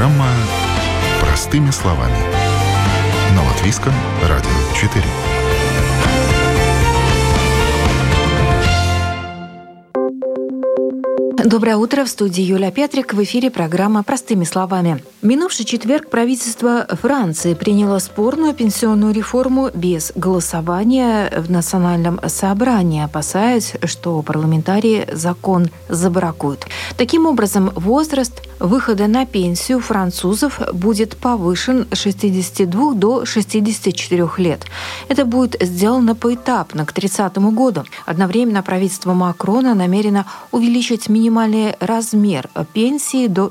Программа «Простыми словами» на Латвийском радио 4. Доброе утро. В студии Юлия Петрик. В эфире программа «Простыми словами». Минувший четверг правительство Франции приняло спорную пенсионную реформу без голосования в Национальном собрании, опасаясь, что парламентарии закон забракуют. Таким образом, возраст выхода на пенсию французов будет повышен с 62 до 64 лет. Это будет сделано поэтапно к 30 году. Одновременно правительство Макрона намерено увеличить минимальный размер пенсии до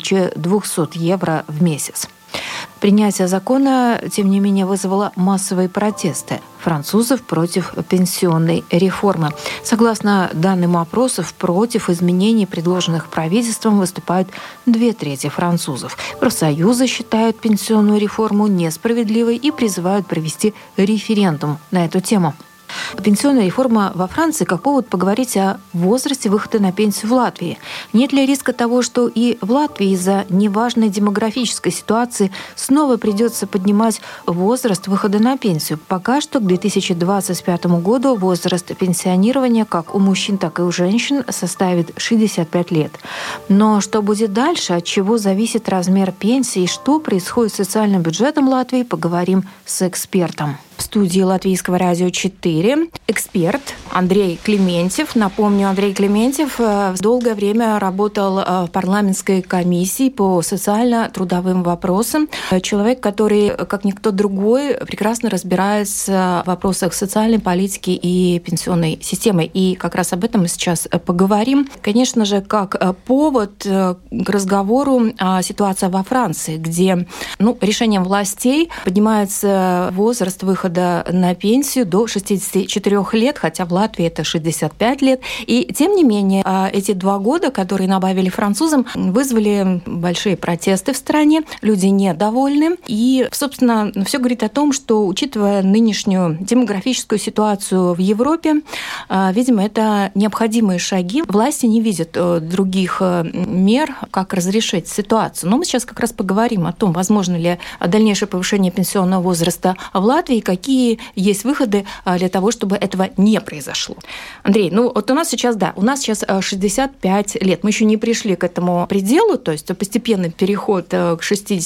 1200 евро в месяц. Принятие закона, тем не менее, вызвало массовые протесты французов против пенсионной реформы. Согласно данным опросов, против изменений, предложенных правительством, выступают 2/3 французов. Профсоюзы считают пенсионную реформу несправедливой и призывают провести референдум на эту тему. Пенсионная реформа во Франции как повод поговорить о возрасте выхода на пенсию в Латвии. Нет ли риска того, что и в Латвии из-за неважной демографической ситуации снова придется поднимать возраст выхода на пенсию? Пока что к 2025 году возраст пенсионирования как у мужчин, так и у женщин составит 65 лет. Но что будет дальше, от чего зависит размер пенсии и что происходит с социальным бюджетом Латвии, поговорим с экспертом. В студии Латвийского радио 4 эксперт Андрей Клементьев. Напомню, Андрей Клементьев долгое время работал в парламентской комиссии по социально-трудовым вопросам. Человек, который, как никто другой, прекрасно разбирается в вопросах социальной политики и пенсионной системы. И как раз об этом мы сейчас поговорим. Конечно же, как повод к разговору ситуация во Франции, где решением властей поднимается возраст выхода на пенсию до 64 лет, хотя в Латвии это 65 лет. И тем не менее, эти 2 года, которые добавили французам, вызвали большие протесты в стране. Люди недовольны. И, собственно, все говорит о том, что, учитывая нынешнюю демографическую ситуацию в Европе, видимо, это необходимые шаги. Власти не видят других мер, как разрешить ситуацию. Но мы сейчас как раз поговорим о том, возможно ли дальнейшее повышение пенсионного возраста в Латвии, какие есть выходы для того, чтобы этого не произошло. Андрей, вот у нас сейчас 65 лет. Мы еще не пришли к этому пределу, то есть постепенный переход к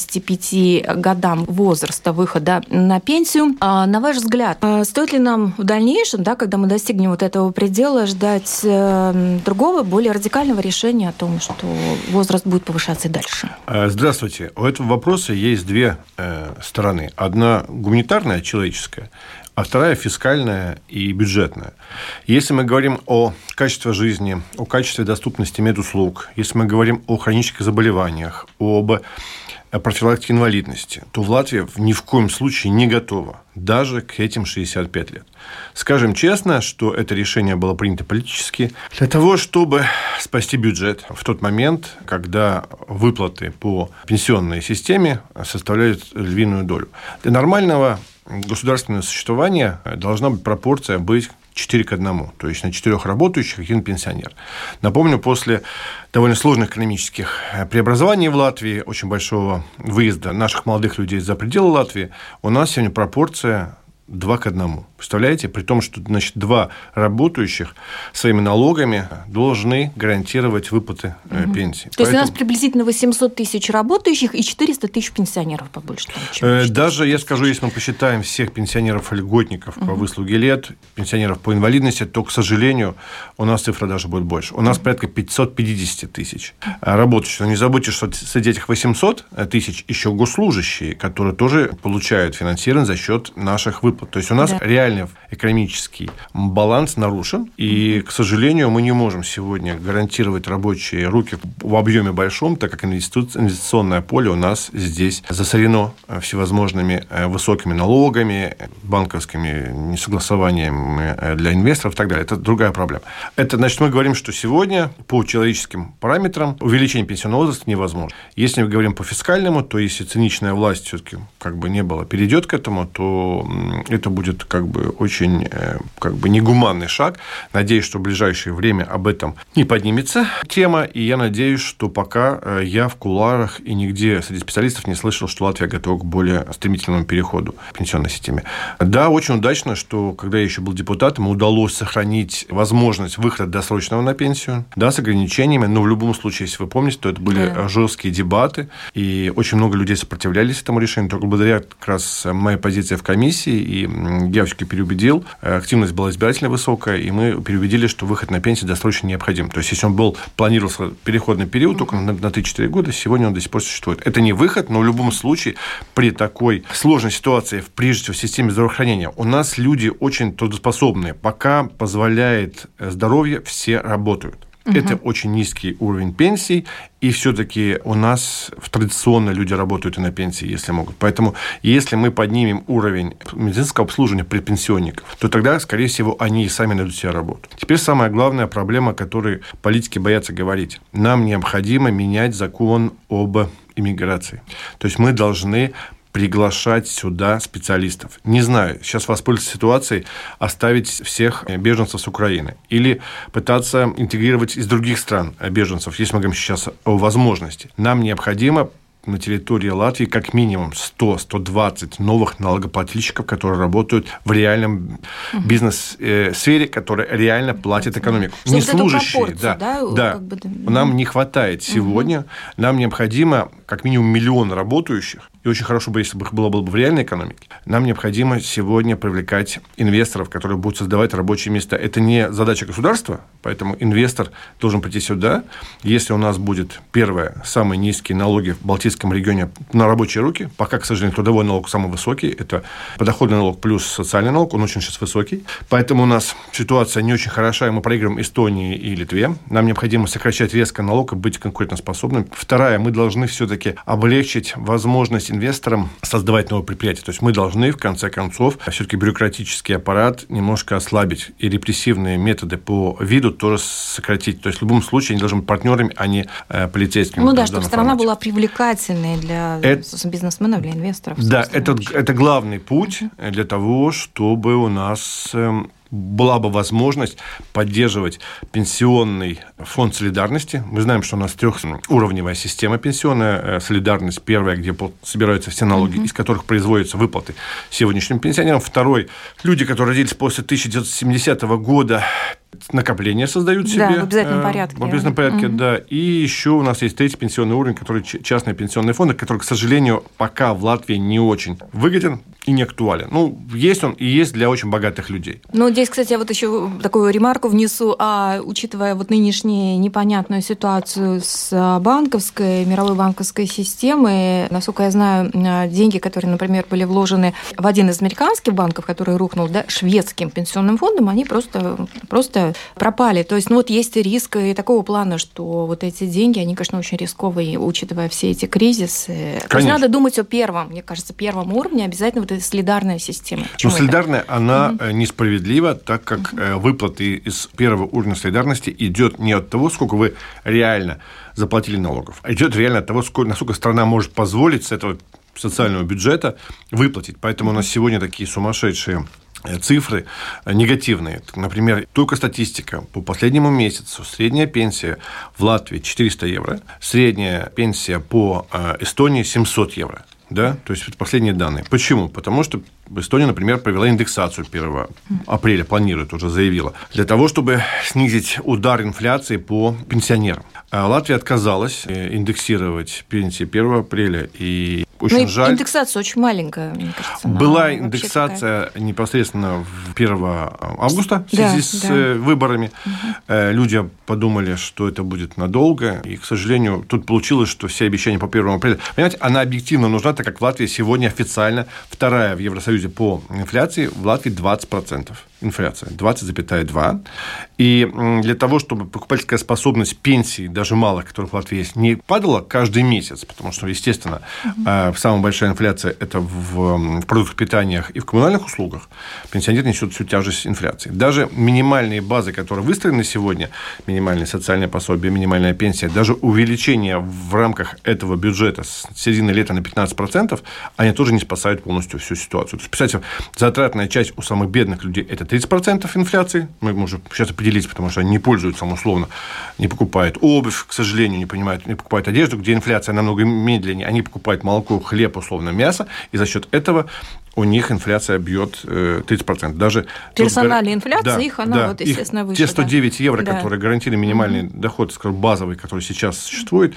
65 годам возраста выхода на пенсию. На ваш взгляд, стоит ли нам в дальнейшем, когда мы достигнем вот этого предела, ждать другого, более радикального решения о том, что возраст будет повышаться и дальше? Здравствуйте. У этого вопроса есть 2 стороны. Одна гуманитарная, человеческая, а вторая фискальная и бюджетная. Если мы говорим о качестве жизни, о качестве доступности медуслуг, если мы говорим о хронических заболеваниях, об профилактике инвалидности, то в Латвии ни в коем случае не готова даже к этим 65 лет. Скажем честно, что это решение было принято политически для того, чтобы спасти бюджет в тот момент, когда выплаты по пенсионной системе составляют львиную долю. Для нормального государственного существования должна быть пропорция быть 4:1, то есть на 4 работающих 1 пенсионер. Напомню, после довольно сложных экономических преобразований в Латвии, очень большого выезда наших молодых людей за пределы Латвии, у нас сегодня пропорция 2:1. Представляете? При том, что 2 работающих своими налогами должны гарантировать выплаты пенсии. То есть у нас приблизительно 800 тысяч работающих и 400 тысяч пенсионеров побольше. Даже, я скажу, если мы посчитаем всех пенсионеров-льготников по выслуге лет, пенсионеров по инвалидности, то, к сожалению, у нас цифра даже будет больше. У нас порядка 550 тысяч работающих. Но не забудьте, что среди этих 800 тысяч еще госслужащие, которые тоже получают финансирование за счет наших выплат. То есть у нас реальный экономический баланс нарушен, и, к сожалению, мы не можем сегодня гарантировать рабочие руки в объеме большом, так как инвестиционное поле у нас здесь засорено всевозможными высокими налогами, банковскими несогласованиями для инвесторов и так далее. Это другая проблема. Это значит, мы говорим, что сегодня по человеческим параметрам увеличение пенсионного возраста невозможно. Если мы говорим по фискальному, то если циничная власть все-таки не было, перейдет к этому, то это будет очень негуманный шаг. Надеюсь, что в ближайшее время об этом не поднимется тема, и я надеюсь, что пока я в кулуарах и нигде среди специалистов не слышал, что Латвия готова к более стремительному переходу к пенсионной системе. Да, очень удачно, что когда я еще был депутатом, удалось сохранить возможность выхода досрочного на пенсию, да, с ограничениями, но в любом случае, если вы помните, то это были жесткие дебаты, и очень много людей сопротивлялись этому решению. Только благодаря как раз моей позиции в комиссии, и я все-таки переубедил, активность была избирательно высокая, и мы переубедили, что выход на пенсию досрочно необходим. То есть, если он планировался переходный период только на 3-4 года, сегодня он до сих пор существует. Это не выход, но в любом случае при такой сложной ситуации, прежде всего в системе здравоохранения, у нас люди очень трудоспособные. Пока позволяет здоровье, все работают. Это очень низкий уровень пенсий, и все-таки у нас традиционно люди работают и на пенсии, если могут. Поэтому, если мы поднимем уровень медицинского обслуживания предпенсионников, то тогда, скорее всего, они и сами найдут себе работу. Теперь самая главная проблема, о которой политики боятся говорить. Нам необходимо менять закон об иммиграции. То есть мы должны приглашать сюда специалистов. Не знаю, сейчас воспользоваться ситуацией, оставить всех беженцев с Украины или пытаться интегрировать из других стран беженцев, если мы говорим сейчас о возможности. Нам необходимо на территории Латвии как минимум 100-120 новых налогоплательщиков, которые работают в реальном бизнес-сфере, которые реально платят экономику. Не служащие. Да. Нам не хватает сегодня. Нам необходимо как минимум 1 миллион работающих. И очень хорошо бы, если бы их было бы в реальной экономике. Нам необходимо сегодня привлекать инвесторов, которые будут создавать рабочие места. Это не задача государства, поэтому инвестор должен прийти сюда. Если у нас будет, первое, самые низкие налоги в Балтийском регионе на рабочие руки, пока, к сожалению, трудовой налог самый высокий, это подоходный налог плюс социальный налог, он очень сейчас высокий. Поэтому у нас ситуация не очень хороша, и мы проигрываем Эстонии и Литве. Нам необходимо сокращать резко налог и быть конкурентоспособными. Второе, мы должны все-таки облегчить возможность инвесторам создавать новые предприятия. То есть мы должны, в конце концов, все-таки бюрократический аппарат немножко ослабить и репрессивные методы по виду тоже сократить. То есть в любом случае они должны быть партнерами, а не полицейскими. Ну да, чтобы страна была привлекательной для бизнесменов, для инвесторов. Да, это главный путь для того, чтобы у нас была бы возможность поддерживать пенсионный фонд солидарности. Мы знаем, что у нас 3-уровневая система пенсионная. Солидарность первая, где собираются все налоги, из которых производятся выплаты сегодняшним пенсионерам. Второй – люди, которые родились после 1970 года, накопления создают себе. Да, в обязательном порядке. В обязательном порядке, да. И еще у нас есть 3-й пенсионный уровень, который частные пенсионные фонды, который, к сожалению, пока в Латвии не очень выгоден и не актуален. Ну, есть он и есть для очень богатых людей. Ну, здесь, кстати, я вот еще такую ремарку внесу. Учитывая вот нынешнюю непонятную ситуацию с мировой банковской системой, насколько я знаю, деньги, которые, например, были вложены в один из американских банков, который рухнул, да, шведским пенсионным фондом, они просто пропали. То есть, вот есть риск и такого плана, что вот эти деньги, они, конечно, очень рисковые, учитывая все эти кризисы. То есть, надо думать о первом уровне, обязательно вот эта солидарная система. Но солидарная, она несправедлива, так как выплаты из первого уровня солидарности идет не от того, сколько вы реально заплатили налогов, а идет реально от того, насколько страна может позволить с этого социального бюджета выплатить. Поэтому у нас сегодня такие сумасшедшие цифры негативные. Например, только статистика. По последнему месяцу средняя пенсия в Латвии 400 евро, средняя пенсия по Эстонии 700 евро. Да? То есть, это последние данные. Почему? Потому что Эстония, например, провела индексацию 1 апреля, планирует, уже заявила, для того, чтобы снизить удар инфляции по пенсионерам. А Латвия отказалась индексировать пенсии 1 апреля, и очень жаль. Индексация очень маленькая, мне кажется. Была индексация непосредственно 1 августа в связи с выборами. Люди подумали, что это будет надолго, и, к сожалению, тут получилось, что все обещания по 1 апреля... Понимаете, она объективно нужна, так как в Латвии сегодня официально 2-я в Евросоюзе по инфляции, в Латвии 20%. Инфляция 20,2. И для того, чтобы покупательская способность пенсий, даже малых, которых в Латвии есть, не падала каждый месяц, потому что, естественно, самая большая инфляция – это в продуктах питания и в коммунальных услугах, пенсионер несет несет всю тяжесть инфляции. Даже минимальные базы, которые выстроены сегодня, минимальное социальное пособие, минимальная пенсия, даже увеличение в рамках этого бюджета с середины лета на 15%, они тоже не спасают полностью всю ситуацию. То есть, представьте, затратная часть у самых бедных людей – это 30% инфляции. Мы можем сейчас определить, потому что они не пользуются, условно, не покупают обувь, к сожалению, не покупают одежду, где инфляция намного медленнее. Они покупают молоко, хлеб, условно, мясо, и за счет этого у них инфляция бьет 30%. Даже персональная инфляция, да, естественно, выше. Те 109 евро, которые гарантировали минимальный доход, скажем, базовый, который сейчас существует,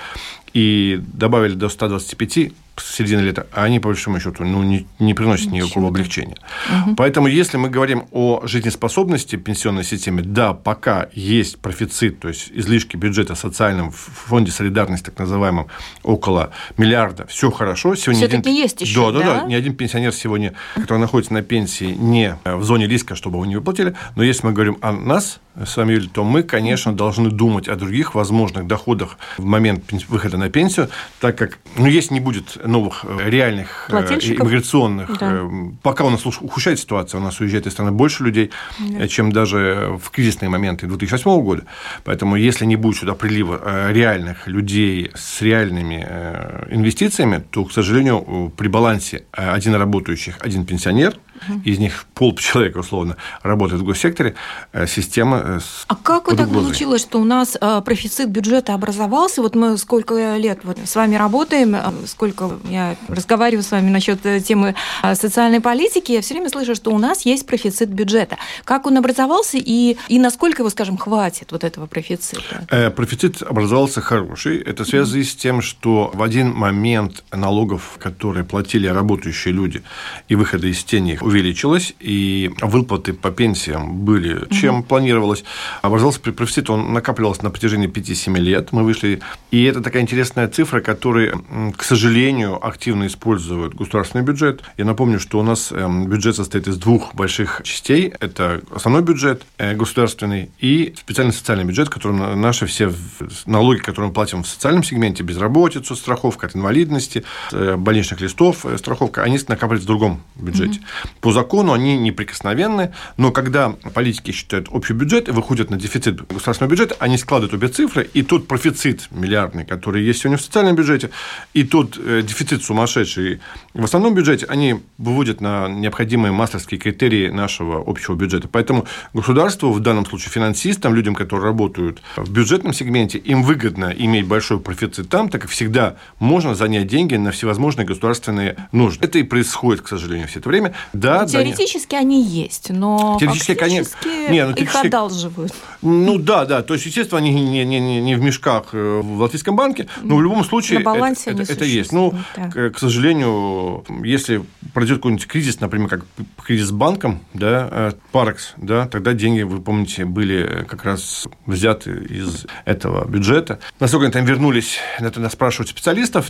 и добавили до 125 с середины лета, а они, по большому счету, не приносят никакого облегчения. Поэтому, если мы говорим о жизнеспособности пенсионной системы, да, пока есть профицит, то есть излишки бюджета в социальном фонде солидарности, так называемом, около миллиарда, все хорошо. Все-таки есть еще, да? Ни один пенсионер сегодня, который находится на пенсии, не в зоне риска, чтобы его не выплатили. Но если мы говорим о нас с вами, Юлия, то мы, конечно, должны думать о других возможных доходах в момент выхода на пенсию, так как, если не будет новых реальных иммиграционных, пока у нас ухудшается ситуация, у нас уезжает из страны больше людей, чем даже в кризисные моменты 2008 года. Поэтому, если не будет сюда прилива реальных людей с реальными инвестициями, то, к сожалению, при балансе один работающий, один пенсионер, из них полчеловека, условно, работает в госсекторе, система... А как вот так получилось, что у нас профицит бюджета образовался? Вот мы сколько лет с вами работаем, сколько я разговариваю с вами насчет темы социальной политики, я все время слышу, что у нас есть профицит бюджета. Как он образовался и насколько его, скажем, хватит вот этого профицита? Профицит образовался хороший. Это связано с тем, что в один момент налогов, которые платили работающие люди, и выхода из тени их увеличилось, и выплаты по пенсиям были, чем планировалось. Образовался профицит, он накапливался на протяжении 5-7 лет. Мы вышли. И это такая интересная цифра, которую, к сожалению, активно используют государственный бюджет. Я напомню, что у нас бюджет состоит из двух больших частей. Это основной бюджет государственный и специальный социальный бюджет, который наши все налоги, которые мы платим в социальном сегменте, безработицу, страховка от инвалидности, больничных листов, страховка, они накапливаются в другом бюджете. По закону они неприкосновенны, но когда политики считают общий бюджет и выходят на дефицит государственного бюджета, они складывают обе цифры, и тот профицит миллиардный, который есть сегодня в социальном бюджете, и тот дефицит сумасшедший в основном бюджете, они выводят на необходимые мастерские критерии нашего общего бюджета. Поэтому государству, в данном случае финансистам, людям, которые работают в бюджетном сегменте, им выгодно иметь большой профицит там, так как всегда можно занять деньги на всевозможные государственные нужды. Это и происходит, к сожалению, все это время. Да, теоретически они есть, но фактически их одалживают. Да. То есть, естественно, они не в мешках в Латвийском банке, но в любом случае это есть. К сожалению, если пройдет какой-нибудь кризис, например, как кризис с банком, Парекс, тогда деньги, вы помните, были как раз взяты из этого бюджета. Насколько они там вернулись, это надо спрашивать специалистов,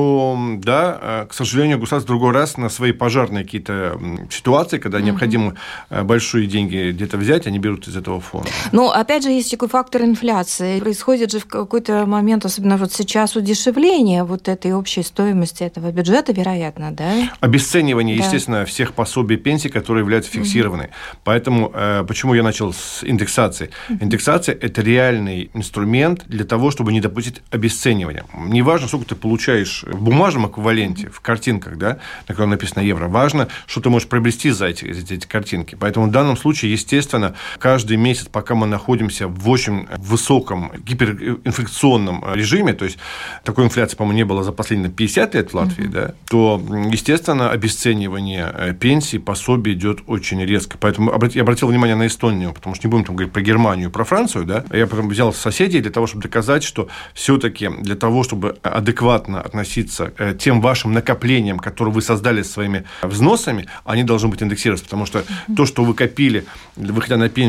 к сожалению, государство в другой раз на свои пожарные какие-то ситуации, когда необходимо большие деньги где-то взять, они берут из этого фонда. Опять же, есть такой фактор инфляции. Происходит же в какой-то момент, особенно вот сейчас, удешевление вот этой общей стоимости этого бюджета, вероятно, да? Обесценивание, естественно, всех пособий пенсий, которые являются фиксированными. Поэтому, почему я начал с индексации? Индексация – это реальный инструмент для того, чтобы не допустить обесценивания. Неважно, сколько ты получаешь в бумажном эквиваленте, в картинках, на котором написано евро, важно, что ты можешь приобрести за эти картинки. Поэтому в данном случае, естественно, каждый месяц, пока мы находимся в очень высоком гиперинфляционном режиме, то есть такой инфляции, по-моему, не было за последние 50 лет в Латвии, то, естественно, обесценивание пенсий, пособий идет очень резко. Поэтому я обратил внимание на Эстонию, потому что не будем там говорить про Германию, про Францию, Я потом взял соседей для того, чтобы доказать, что все-таки для того, чтобы адекватно относиться к тем вашим накоплениям, которые вы создали своими взносами, они должны быть индексированы, потому что то, что вы копили, выходя на пенсию на протяжении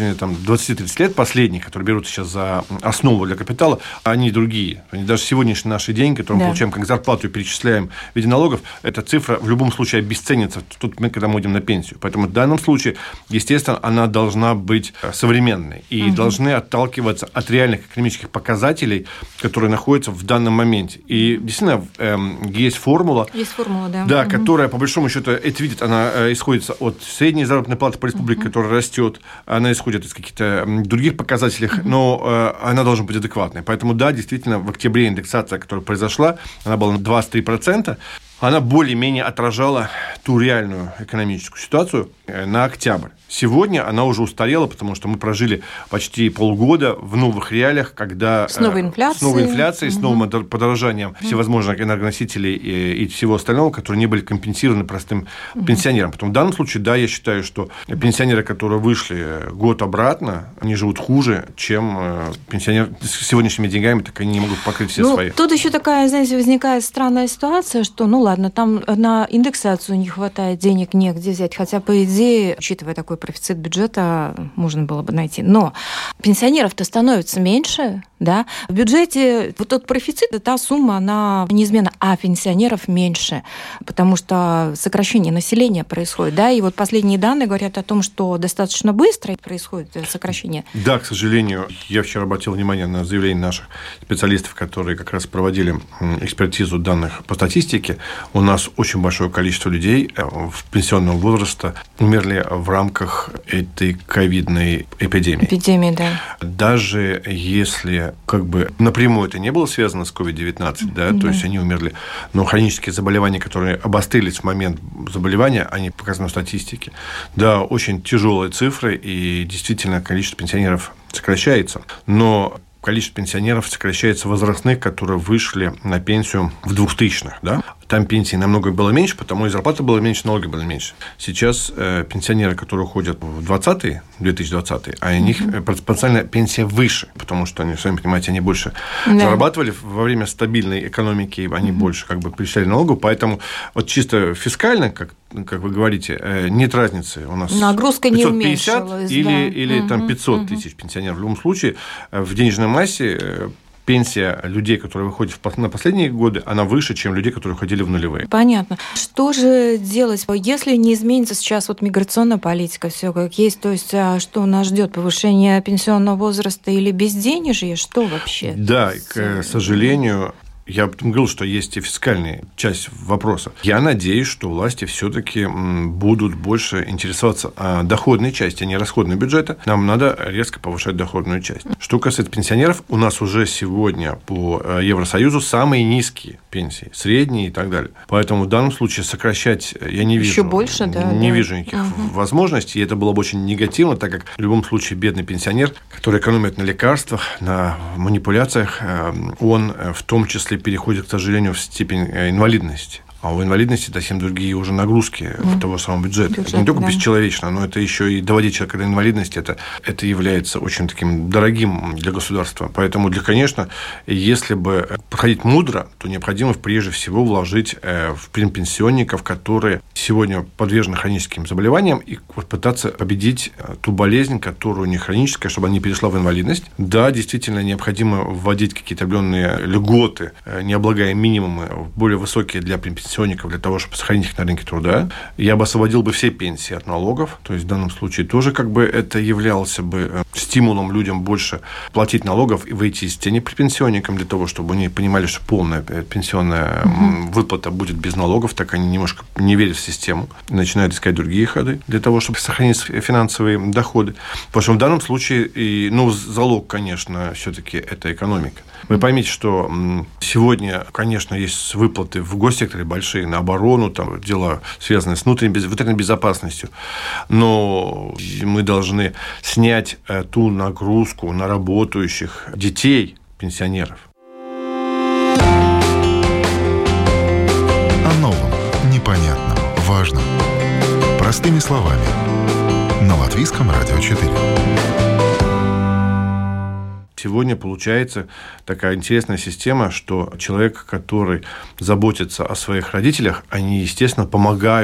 протяжении 20-30 лет, последние, которые берут сейчас за основу для капитала, они другие. Они даже сегодняшние наши деньги, которые мы получаем как зарплату и перечисляем в виде налогов, эта цифра в любом случае обесценится, когда мы идем на пенсию. Поэтому в данном случае, естественно, она должна быть современной и должны отталкиваться от реальных экономических показателей, которые находятся в данном моменте. И действительно, есть формула. Есть формула, да. Да, которая, по большому счету, это видит, она исходит от средней заработной платы по республике, которая растет, она исходит из каких-то других показателей, но она должна быть адекватной. Поэтому, да, действительно, в октябре индексация, которая произошла, она была на 23%, она более-менее отражала ту реальную экономическую ситуацию на октябрь. Сегодня она уже устарела, потому что мы прожили почти полгода в новых реалиях, когда с новой инфляцией, с новым подорожанием всевозможных энергоносителей и всего остального, которые не были компенсированы простым пенсионерам. Поэтому в данном случае, да, я считаю, что пенсионеры, которые вышли год обратно, они живут хуже, чем пенсионеры с сегодняшними деньгами, так они не могут покрыть все свои. Тут еще такая, знаете, возникает странная ситуация, что, ладно, там на индексацию не хватает денег, негде взять, хотя, по идее, учитывая такой профицит бюджета, можно было бы найти. Но пенсионеров-то становится меньше, да? В бюджете вот тот профицит, та сумма, она неизменна, а пенсионеров меньше, потому что сокращение населения происходит, да? И вот последние данные говорят о том, что достаточно быстро происходит сокращение. Да, к сожалению, я вчера обратил внимание на заявление наших специалистов, которые как раз проводили экспертизу данных по статистике. У нас очень большое количество людей в пенсионного возраста умерли в рамках этой ковидной эпидемии. Да. Даже если напрямую это не было связано с COVID-19, то есть они умерли, но хронические заболевания, которые обострились в момент заболевания, они показаны в статистике. Да, очень тяжелые цифры, и действительно количество пенсионеров сокращается, но количество пенсионеров сокращается возрастных, которые вышли на пенсию в 2000-х, да? Там пенсии намного было меньше, потому и зарплата была меньше, налоги были меньше. Сейчас пенсионеры, которые уходят в 2020-е, а у них пропорционально пенсия выше, потому что, они, сами понимаете, они больше зарабатывали во время стабильной экономики, они больше перечисляли налогов, поэтому вот чисто фискально, как вы говорите, нет разницы. У нас нагрузка 550 или 500 тысяч пенсионеров. В любом случае, в денежной массе пенсия людей, которые выходят на последние годы, она выше, чем людей, которые уходили в нулевые. Понятно. Что же делать, если не изменится сейчас миграционная политика, все как есть, то есть что нас ждет, повышение пенсионного возраста или безденежье, что вообще? Да, к сожалению, я говорил, что есть и фискальная часть вопроса. Я надеюсь, что власти все-таки будут больше интересоваться доходной части, а не расходной бюджета. Нам надо резко повышать доходную часть. Что касается пенсионеров, у нас уже сегодня по Евросоюзу самые низкие пенсии, средние и так далее. Поэтому в данном случае сокращать я не вижу. Еще больше, не вижу никаких возможностей. И это было бы очень негативно, так как в любом случае бедный пенсионер, который экономит на лекарствах, на манипуляциях, он в том числе переходит, к сожалению, в степень инвалидности. А у инвалидности совсем другие уже нагрузки того самого бюджета. Это не только бесчеловечно, но это еще и доводить человека до инвалидности. Это является очень таким дорогим для государства. Поэтому, конечно, если бы подходить мудро, то необходимо прежде всего вложить в пенсионников, которые сегодня подвержены хроническим заболеваниям, и пытаться победить ту болезнь, которая у них хроническая, чтобы она не перешла в инвалидность. Да, действительно, необходимо вводить какие-то определенные льготы, не облагая минимумы, более высокие для пенсионников, для того, чтобы сохранить их на рынке труда. Я бы освободил бы все пенсии от налогов. То есть в данном случае тоже это являлось бы стимулом людям больше платить налогов и выйти из тени пенсионникам для того, чтобы они понимали, что полная пенсионная выплата будет без налогов, так они немножко не верят в систему и начинают искать другие ходы для того, чтобы сохранить финансовые доходы. Потому что в данном случае залог, конечно, все-таки это экономика. Вы поймите, что сегодня, конечно, есть выплаты в госсекторе большие на оборону, там дела, связанные с внутренней безопасностью, но мы должны снять ту нагрузку на работающих детей, пенсионеров. О новом, непонятном, важном. Простыми словами. На Латвийском радио 4. Сегодня получается такая интересная система, что человек, который заботится о своих родителях, они, естественно, помогают им.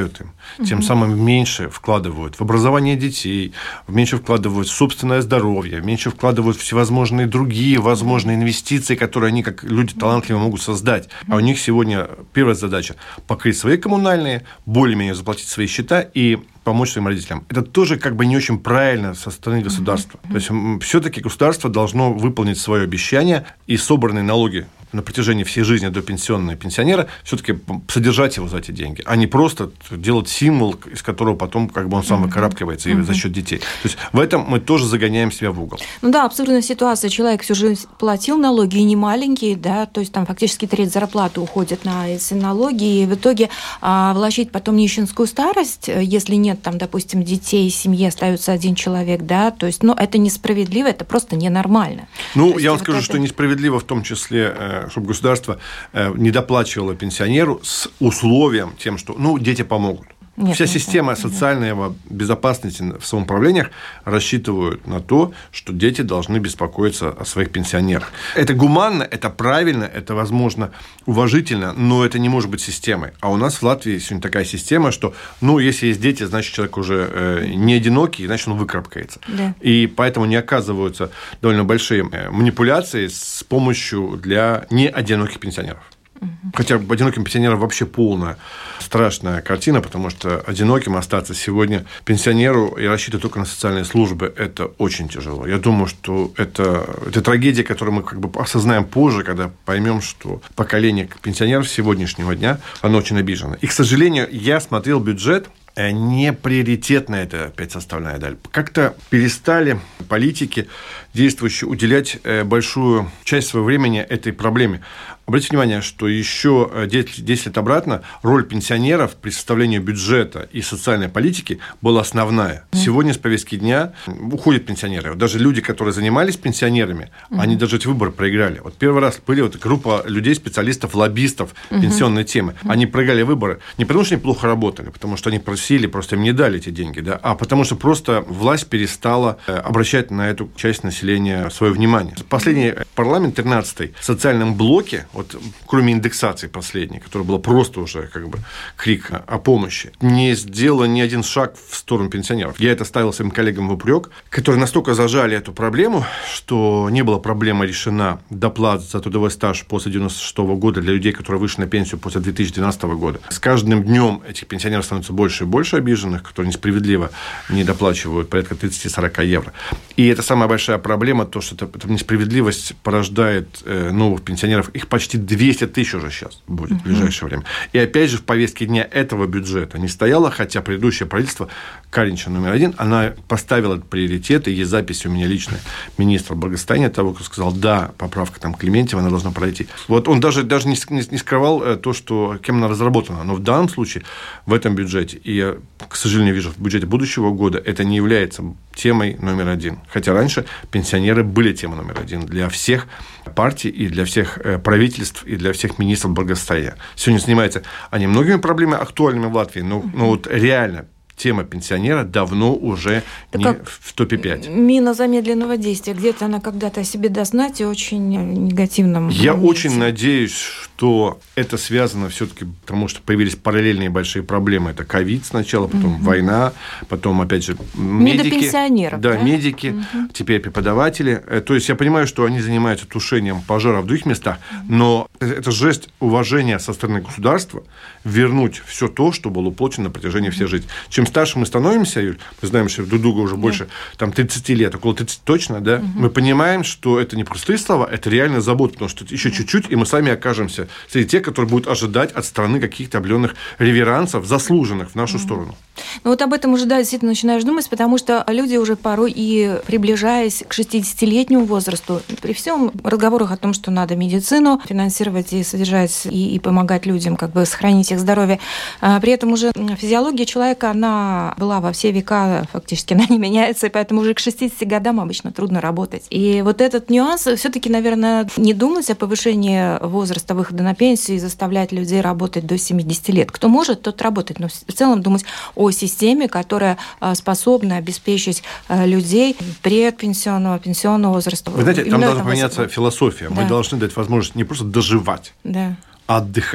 тем самым меньше вкладывают в образование детей, меньше вкладывают в собственное здоровье, меньше вкладывают в всевозможные другие возможные инвестиции, которые они, как люди талантливые, могут создать. А у них сегодня первая задача – покрыть свои коммунальные, более-менее заплатить свои счета и помочь своим родителям. Это тоже как бы не очень правильно со стороны государства. То есть все-таки государство должно выполнить свое обещание и собранные налоги на протяжении всей жизни до пенсионного пенсионера все-таки содержать его за эти деньги, а не просто делать символ, из которого потом как бы он сам выкарабкивается и за счет детей. То есть в этом мы тоже загоняем себя в угол. Ну да, абсурдная ситуация. Человек всю жизнь платил налоги, и не маленькие, да, то есть там фактически треть зарплаты уходит на эти налоги, и в итоге влачить потом нищенскую старость, если нет там, допустим, детей, в семье остается один человек, да, то есть, ну, это несправедливо, это просто ненормально. Ну, я вам скажу, что несправедливо в том числе, чтобы государство не доплачивало пенсионеру с условием тем, что, ну, дети помогут. Вся система социальной безопасности в самоуправлениях рассчитывают на то, что дети должны беспокоиться о своих пенсионерах. Это гуманно, это правильно, это, возможно, уважительно, но это не может быть системой. А у нас в Латвии сегодня такая система, что, ну, если есть дети, значит, человек уже не одинокий, значит, он выкарабкается. Да. И поэтому не оказываются довольно большие манипуляции с помощью для неодиноких пенсионеров. Хотя одиноким пенсионерам вообще полная страшная картина, потому что одиноким остаться сегодня пенсионеру и рассчитывать только на социальные службы – это очень тяжело. Я думаю, что это трагедия, которую мы как бы осознаем позже, когда поймем, что поколение пенсионеров сегодняшнего дня, оно очень обижено. И, к сожалению, я смотрел бюджет, не приоритетная это опять составная даль. Как-то перестали политики действующие уделять большую часть своего времени этой проблеме. Обратите внимание, что еще 10 лет обратно роль пенсионеров при составлении бюджета и социальной политики была основная. Сегодня с повестки дня уходят пенсионеры. Вот даже люди, которые занимались пенсионерами, они даже эти выборы проиграли. Вот первый раз были вот группа людей, специалистов, лоббистов пенсионной темы. Они проиграли выборы не потому, что они плохо работали, потому что они просили, просто им не дали эти деньги, да, а потому что просто власть перестала обращать на эту часть населения свое внимание. Последний парламент, 13-й, в социальном блоке, вот кроме индексации последней, которая была просто уже как бы крик о помощи, не сделала ни один шаг в сторону пенсионеров. Я это ставил своим коллегам в упрек, которые настолько зажали эту проблему, что не была проблема решена доплат за трудовой стаж после 1996 года для людей, которые вышли на пенсию после 2012 года. С каждым днем этих пенсионеров становится больше и больше обиженных, которые несправедливо не доплачивают порядка 30-40 евро. И это самая большая проблема, то, что эта несправедливость порождает новых пенсионеров. Их почти 200 тысяч уже сейчас будет в ближайшее время. И опять же в повестке дня этого бюджета не стояло, хотя предыдущее правительство, Каринича номер 1, она поставила приоритеты, есть запись у меня личная министра благосостояния того, кто сказал, да, поправка там Клементьева, она должна пройти. Вот он даже не скрывал то, что кем она разработана. Но в данном случае в этом бюджете, и я, к сожалению, вижу в бюджете будущего года, это не является темой номер 1. Хотя раньше пенсионеры были темой номер 1 для всех партий и для всех правительств и для всех министров благосостояния. Сегодня занимаются они многими проблемами актуальными в Латвии, но вот реально тема пенсионера давно уже не в топе 5. Мина замедленного действия. Где-то она когда-то о себе даст знать и очень негативном. Я очень надеюсь, что это связано все-таки, потому что появились параллельные большие проблемы. Это ковид сначала, потом война, потом, опять же, медики. Медопенсионеров. Да, медики, теперь преподаватели. То есть я понимаю, что они занимаются тушением пожаров в других местах, но это жест уважения со стороны государства вернуть все то, что было уплачено на протяжении всей жизни. Чем старше мы становимся, Юль, мы знаем, что друг друга уже больше там, 30 лет, около 30 точно, да, мы понимаем, что это не простые слова, это реальная забота, потому что еще чуть-чуть, и мы сами окажемся среди тех, которые будут ожидать от страны каких-то определенных реверансов, заслуженных в нашу сторону. Ну вот об этом уже, да, действительно начинаешь думать, потому что люди уже порой и приближаясь к 60-летнему возрасту, при всем разговорах о том, что надо медицину финансировать и содержать, и помогать людям как бы сохранить их здоровье, при этом уже физиология человека, она была во все века, фактически она не меняется, и поэтому уже к 60 годам обычно трудно работать. И вот этот нюанс, все-таки, наверное, не думать о повышении возраста выхода на пенсию и заставлять людей работать до 70 лет. Кто может, тот работает, но в целом думать о системе, которая способна обеспечить людей предпенсионного, пенсионного возраста. Вы знаете, там должна поменяться философия. Да. Мы должны дать возможность не просто доживать, а отдыхать.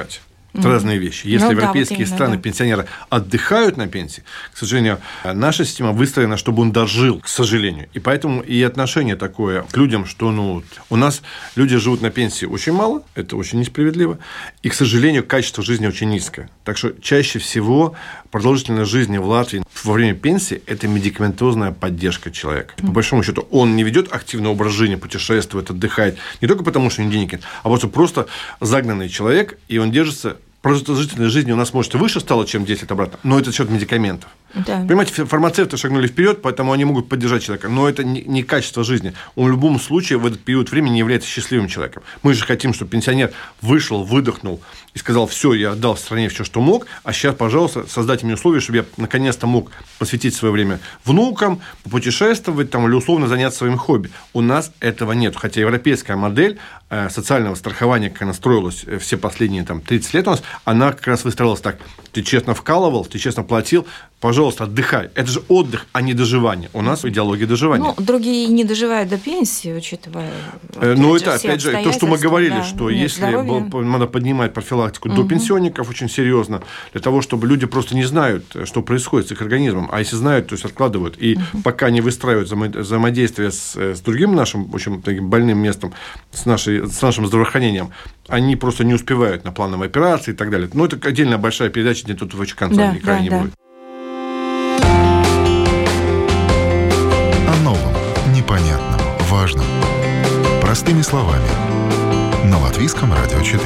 Это разные вещи. Если европейские страны пенсионеры отдыхают на пенсии, к сожалению, наша система выстроена, чтобы он дожил, к сожалению. И поэтому и отношение такое к людям, что у нас люди живут на пенсии очень мало, это очень несправедливо, и, к сожалению, качество жизни очень низкое. Так что чаще всего продолжительность жизни в Латвии во время пенсии – это медикаментозная поддержка человека. По большому счету, он не ведет активный образ жизни, путешествует, отдыхает, не только потому, что у него денег нет, а просто загнанный человек, и он держится. Продолжительность жизни у нас, может, и выше стала, чем 10 лет обратно, но это за счет медикаментов. Да. Понимаете, фармацевты шагнули вперед, поэтому они могут поддержать человека, но это не качество жизни. Он в любом случае в этот период времени не является счастливым человеком. Мы же хотим, чтобы пенсионер вышел, выдохнул и сказал: все, я отдал стране все, что мог, а сейчас, пожалуйста, создайте мне условия, чтобы я наконец-то мог посвятить свое время внукам, попутешествовать или условно заняться своим хобби. У нас этого нет. Хотя европейская модель социального страхования, как она строилась все последние 30 лет у нас, она как раз выстроилась так: ты честно вкалывал, ты честно платил, пожалуйста, отдыхай. Это же отдых, а не доживание. У нас идеология доживания. Другие не доживают до пенсии, учитывая... это, опять же, то, что мы говорили, что если надо поднимать профилактику до пенсионников очень серьезно, для того, чтобы люди просто не знают, что происходит с их организмом, а если знают, то есть откладывают. И пока не выстраивают взаимодействие с другим нашим очень таким больным местом, с нашим здравоохранением, они просто не успевают на плановые операции и так далее. Но это отдельная большая передача, где тут вообще конца никогда не будет. О новом, непонятном, важном. Простыми словами. На Латвийском радио 4.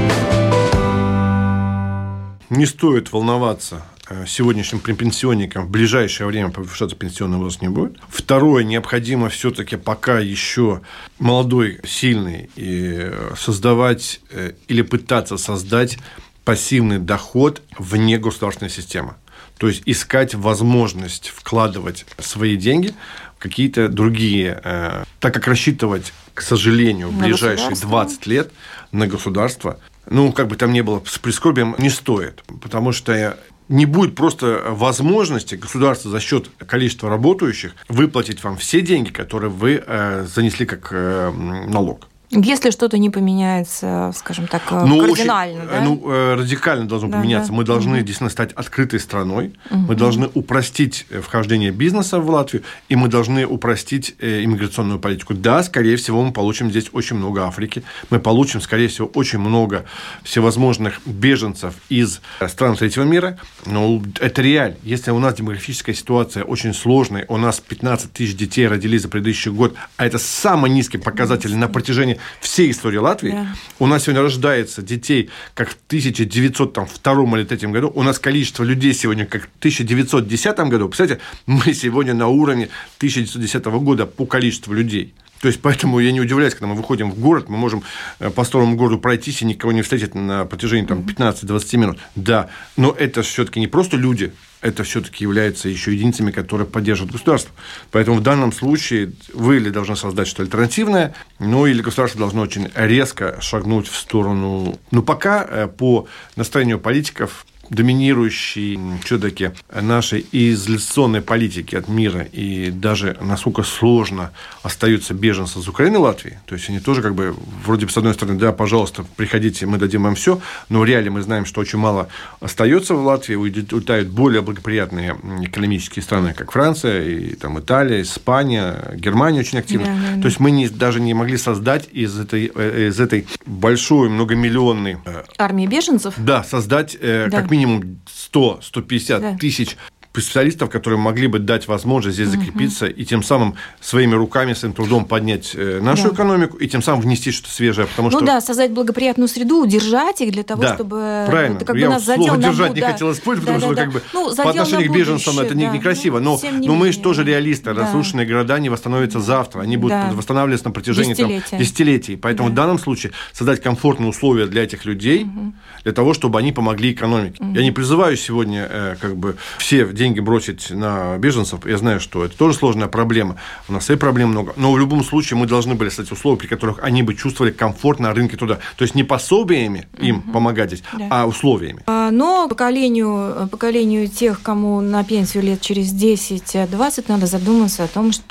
Не стоит волноваться сегодняшним пенсионникам, в ближайшее время повышаться пенсионный возраст не будет. Второе, необходимо все-таки пока еще молодой, сильный, и создавать или пытаться создать пассивный доход вне государственной системы. То есть искать возможность вкладывать свои деньги в какие-то другие, так как рассчитывать, к сожалению, в ближайшие 20 лет на государство, как бы там ни было, с прискорбием не стоит, потому что не будет просто возможности государства за счет количества работающих выплатить вам все деньги, которые вы занесли как налог. Если что-то не поменяется, скажем так, кардинально, радикально должно поменяться. Мы должны действительно стать открытой страной, мы должны упростить вхождение бизнеса в Латвию, и мы должны упростить иммиграционную политику. Да, скорее всего, мы получим здесь очень много Африки, мы получим, скорее всего, очень много всевозможных беженцев из стран третьего мира, но это реаль. Если у нас демографическая ситуация очень сложная, у нас 15 тысяч детей родились за предыдущий год, а это самый низкий показатель на протяжении всей истории Латвии. Да. У нас сегодня рождается детей, как в 1902 или 1903 году. У нас количество людей сегодня, как в 1910 году. Представляете, мы сегодня на уровне 1910 года по количеству людей. То есть, поэтому я не удивляюсь, когда мы выходим в город, мы можем по старому городу пройтись и никого не встретить на протяжении 15-20 минут. Да, но это все-таки не просто люди, это все-таки является еще единицами, которые поддерживают государство. Поэтому в данном случае вы или должны создать что-то альтернативное, или государство должно очень резко шагнуть в сторону... пока по настроению политиков доминирующей все-таки нашей изоляционной политики от мира, и даже насколько сложно остаются беженцы из Украины и Латвии, то есть они тоже вроде бы с одной стороны, да, пожалуйста, приходите, мы дадим вам все, но реально мы знаем, что очень мало остается в Латвии, улетают более благоприятные экономические страны, как Франция, и Италия, Испания, Германия очень активно. Да. То есть мы даже не могли создать из этой большой многомиллионной армии беженцев? Да, создать как минимум 100-150 тысяч специалистов, которые могли бы дать возможность здесь закрепиться и тем самым своими руками, своим трудом поднять нашу экономику и тем самым внести что-то свежее. Потому что... создать благоприятную среду, удержать их для того, чтобы... Правильно. Я слово «держать» не хотел использовать, потому что по отношению к беженцам это некрасиво. Но мы же тоже реалисты. Разрушенные города не восстановятся завтра. Они будут восстанавливаться на протяжении десятилетий. Поэтому в данном случае создать комфортные условия для этих людей, для того, чтобы они помогли экономике. Я не призываю сегодня все деньги деньги бросить на беженцев. Я знаю, что это тоже сложная проблема. У нас и проблем много. Но в любом случае мы должны были создать условия, при которых они бы чувствовали комфорт на рынке труда. То есть не пособиями им помогать здесь, а условиями. Но поколению тех, кому на пенсию лет через 10-20, надо задуматься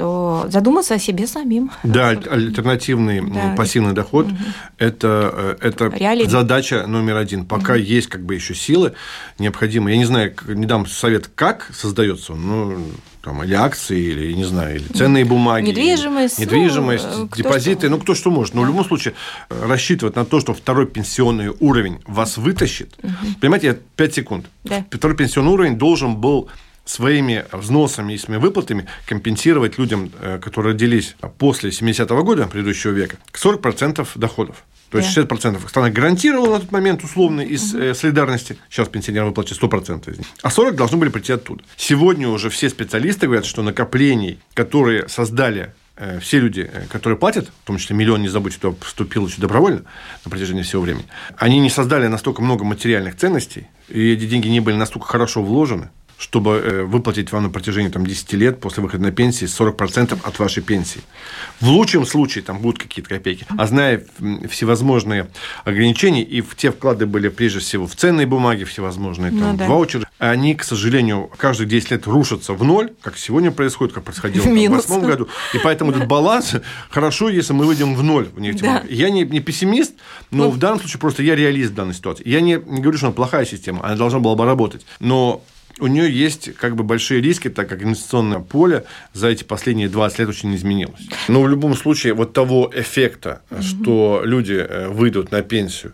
о себе самим. Да, альтернативный пассивный доход – это задача номер один. Пока есть как бы еще силы необходимые. Я не знаю, не дам совет, как создается он, или акции, или, не знаю, или ценные бумаги. Недвижимость, депозиты, кто что может. Но в любом случае рассчитывать на то, что второй пенсионный уровень вас вытащит. Понимаете, 5 секунд. Да. Второй пенсионный уровень должен был своими взносами и своими выплатами компенсировать людям, которые родились после 70-го года предыдущего века, 40% доходов. То есть 60% страна гарантировала на тот момент условно из солидарности. Сейчас пенсионерам выплачивают 100% из них. А 40% должны были прийти оттуда. Сегодня уже все специалисты говорят, что накоплений, которые создали все люди, которые платят, в том числе миллион, не забудьте, кто вступил еще добровольно на протяжении всего времени, они не создали настолько много материальных ценностей, и эти деньги не были настолько хорошо вложены, чтобы выплатить вам на протяжении 10 лет после выхода на пенсию 40% от вашей пенсии. В лучшем случае там будут какие-то копейки. А зная всевозможные ограничения, и те вклады были прежде всего в ценные бумаги, всевозможные ваучеры, они, к сожалению, каждые 10 лет рушатся в ноль, как сегодня происходит, как происходило в 2008 году. И поэтому этот баланс хорошо, если мы выйдем в ноль. Я не пессимист, но в данном случае просто я реалист в данной ситуации. Я не говорю, что она плохая система, она должна была бы работать. Но у нее есть большие риски, так как инвестиционное поле за эти последние 20 лет очень изменилось. Но в любом случае того эффекта, что люди выйдут на пенсию,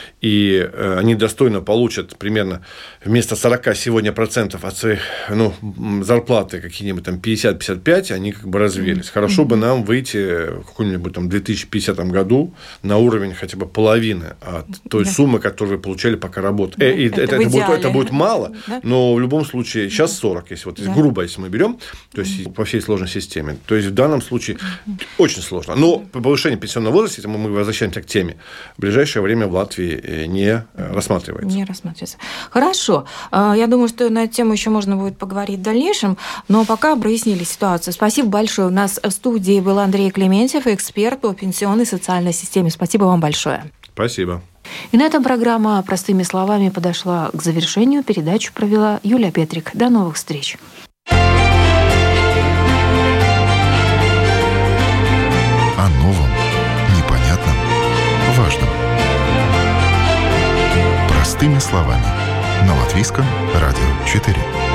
и они достойно получат примерно вместо 40 сегодня процентов от своих зарплаты какие-нибудь 50-55, они развились. Хорошо бы нам выйти в каком-нибудь 2050 году на уровень хотя бы половины от той суммы, которую вы получали, пока работали. Это будет мало, но в любом случае сейчас 40, если грубо, если мы берем, то есть по всей сложной системе. То есть в данном случае очень сложно. Но по повышению пенсионного возраста, мы возвращаемся к теме, в ближайшее время в Латвии не рассматривается. Не рассматривается. Хорошо. Я думаю, что на эту тему еще можно будет поговорить в дальнейшем, но пока прояснили ситуацию. Спасибо большое. У нас в студии был Андрей Клементьев, эксперт по пенсионной и социальной системе. Спасибо вам большое. Спасибо. И на этом программа «Простыми словами» подошла к завершению. Передачу провела Юлия Петрик. До новых встреч. О новом, непонятном, важном. Простыми словами. На Латвийском радио 4.